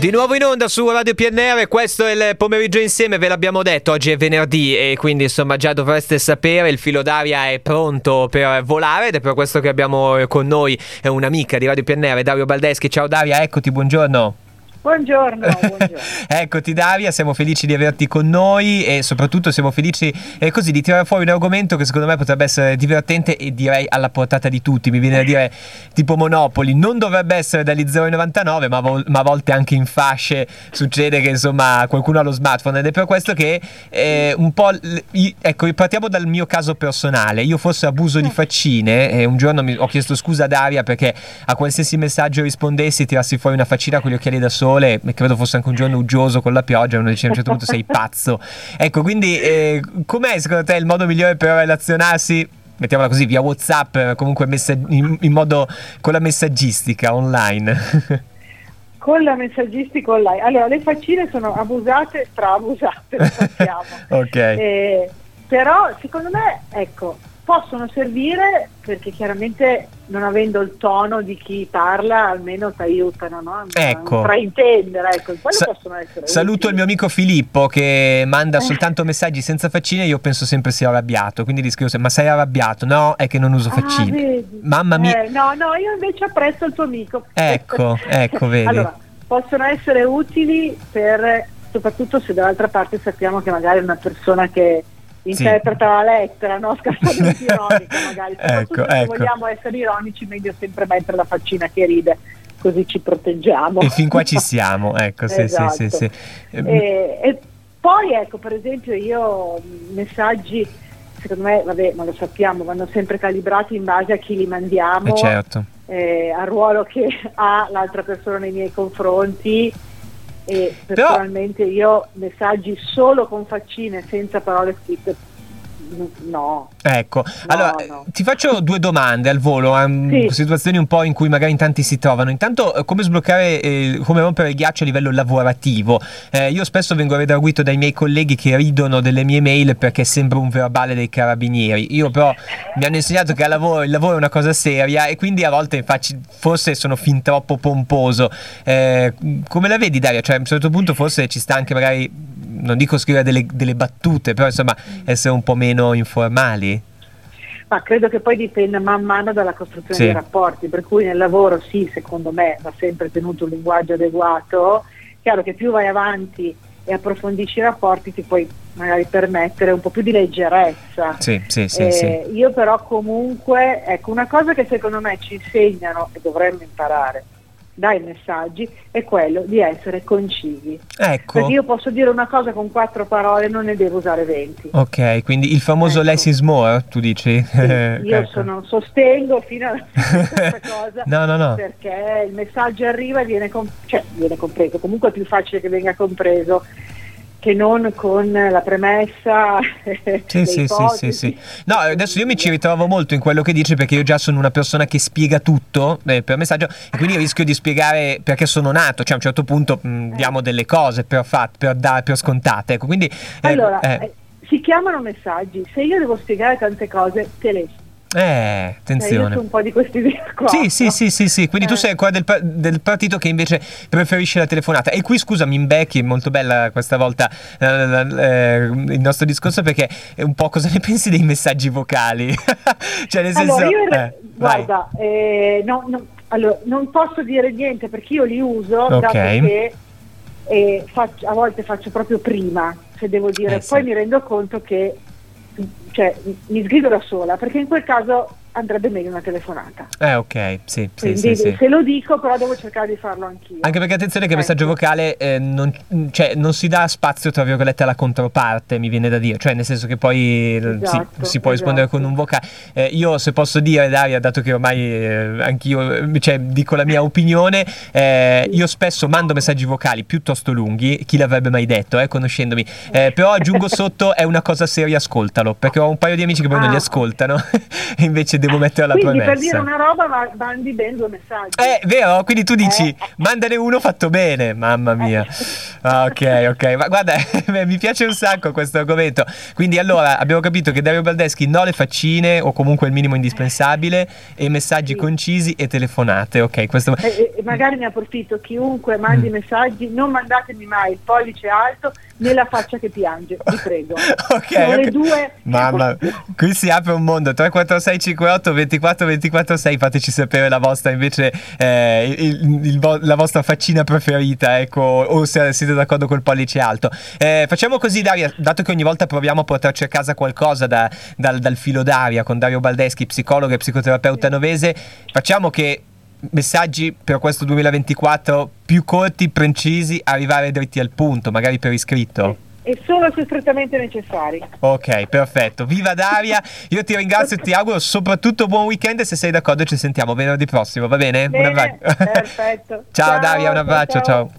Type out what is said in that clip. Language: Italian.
Di nuovo in onda su Radio PNR, questo è il pomeriggio insieme, ve l'abbiamo detto, oggi è venerdì e quindi insomma già dovreste sapere, il filo d'aria è pronto per volare ed è per questo che abbiamo con noi un'amica di Radio PNR, Dario Baldeschi. Ciao Daria, eccoti, buongiorno. Buongiorno. Eccoti Daria, siamo felici di averti con noi e soprattutto siamo felici così di tirare fuori un argomento che secondo me potrebbe essere divertente e direi alla portata di tutti. Mi viene a dire tipo Monopoli, non dovrebbe essere dagli 0,99 ma a volte anche in fasce succede che insomma qualcuno ha lo smartphone ed è per questo che un po' ecco, partiamo dal mio caso personale. Io forse abuso di faccine e un giorno ho chiesto scusa a Daria perché a qualsiasi messaggio rispondessi tirassi fuori una faccina con gli occhiali da sole e credo fosse anche un giorno uggioso con la pioggia, uno dice a un certo punto sei pazzo. Ecco, quindi com'è secondo te il modo migliore per relazionarsi, mettiamola così, via WhatsApp, comunque in modo con la messaggistica online? Con la messaggistica online. Allora, le faccine sono abusate, straabusate, lo sappiamo. Ok. Però secondo me, ecco, possono servire perché chiaramente non avendo il tono di chi parla almeno ti aiutano, no? Ecco. A intendere, ecco, quello possono essere saluto utili. Il mio amico Filippo che manda soltanto messaggi senza faccine, io penso sempre sia arrabbiato, quindi gli scrivo sempre, ma sei arrabbiato? No, è che non uso faccine. Vedi. Mamma mia. No, io invece apprezzo il tuo amico. Ecco, vedi. Allora, possono essere utili soprattutto se dall'altra parte sappiamo che magari è una persona che interpreta la lettera, no? Scarsamente ironica magari. Soprattutto se vogliamo essere ironici, meglio sempre mettere la faccina che ride, così ci proteggiamo. E fin qua ci siamo, ecco, esatto. sì. E poi ecco, per esempio io messaggi, secondo me, vabbè, ma lo sappiamo, vanno sempre calibrati in base a chi li mandiamo, certo. Al ruolo che ha l'altra persona nei miei confronti. E personalmente io messaggi solo con faccine senza parole scritte no. Ecco, allora ti faccio due domande al volo, situazioni un po' in cui magari in tanti si trovano. Intanto, come sbloccare, come rompere il ghiaccio a livello lavorativo? Io spesso vengo redarguito dai miei colleghi che ridono delle mie mail perché sembra un verbale dei carabinieri. Io però mi hanno insegnato che il lavoro è una cosa seria e quindi a volte forse sono fin troppo pomposo. Come la vedi Daria? Cioè a un certo punto forse ci sta anche magari, non dico scrivere delle battute, però insomma essere un po' meno informali. Ma credo che poi dipenda man mano dalla costruzione dei rapporti, per cui nel lavoro secondo me va sempre tenuto un linguaggio adeguato. Chiaro che più vai avanti e approfondisci i rapporti ti puoi magari permettere un po' più di leggerezza. Sì. Io però comunque, ecco, una cosa che secondo me ci insegnano e dovremmo imparare dai messaggi è quello di essere concisi. Ecco. Perché io posso dire una cosa con 4 parole, non ne devo usare 20. Ok, quindi il famoso less is more, tu dici? Sì, io sostengo fino alla fine questa cosa. No. Perché il messaggio arriva e viene compreso. Comunque è più facile che venga compreso che non con la premessa. Sì. No, adesso io mi ci ritrovo molto in quello che dici perché io già sono una persona che spiega tutto per messaggio e quindi rischio di spiegare perché sono nato, cioè a un certo punto diamo delle cose per scontate, ecco, quindi si chiamano messaggi. Se io devo spiegare tante cose, te le attenzione. Io sono un po' di questi qua. Sì. Quindi tu sei ancora del partito che invece preferisce la telefonata. E qui scusa, mi imbecchi, è molto bella questa volta il nostro discorso perché è un po' cosa ne pensi dei messaggi vocali? Cioè nel senso. Guarda, allora, non posso dire niente perché io li uso, dato che a volte faccio proprio prima, se devo dire, poi mi rendo conto che mi sgrido da sola perché in quel caso andrebbe meglio una telefonata. Ok, sì. Se lo dico, però devo cercare di farlo anch'io. Anche perché attenzione che il messaggio vocale non si dà spazio tra virgolette alla controparte, mi viene da dire, cioè nel senso che poi si può rispondere con un vocale. Io se posso dire, Daria, dato che ormai anch'io dico la mia opinione, io spesso mando messaggi vocali piuttosto lunghi, chi l'avrebbe mai detto, conoscendomi, però aggiungo sotto è una cosa seria, ascoltalo, perché ho un paio di amici che poi non li ascoltano e invece devo mettere la premessa. Per dire una roba mandi ben 2 messaggi. Vero? Quindi tu dici mandane uno fatto bene, mamma mia. Ok, ma guarda, mi piace un sacco questo argomento. Quindi allora abbiamo capito che Dario Baldeschi no le faccine o comunque il minimo indispensabile, e messaggi concisi e telefonate, ok? Questo... magari ne approfitto, chiunque mandi messaggi, non mandatemi mai il pollice alto né la faccia che piange, vi prego. Sono le due. Mamma, qui si apre un mondo. 346 58 24 24 6, fateci sapere la vostra invece, la vostra faccina preferita, ecco, o se siete d'accordo col pollice alto. Facciamo così, Daria, dato che ogni volta proviamo a portarci a casa qualcosa dal filo d'aria con Dario Baldeschi, psicologo e psicoterapeuta novese, facciamo che messaggi per questo 2024 più corti, precisi, arrivare dritti al punto, magari per iscritto. E solo se strettamente necessari. Ok, perfetto. Viva Daria, io ti ringrazio e ti auguro soprattutto buon weekend, e se sei d'accordo ci sentiamo venerdì prossimo, va bene? Bene, perfetto. Ciao Daria, un abbraccio, ciao.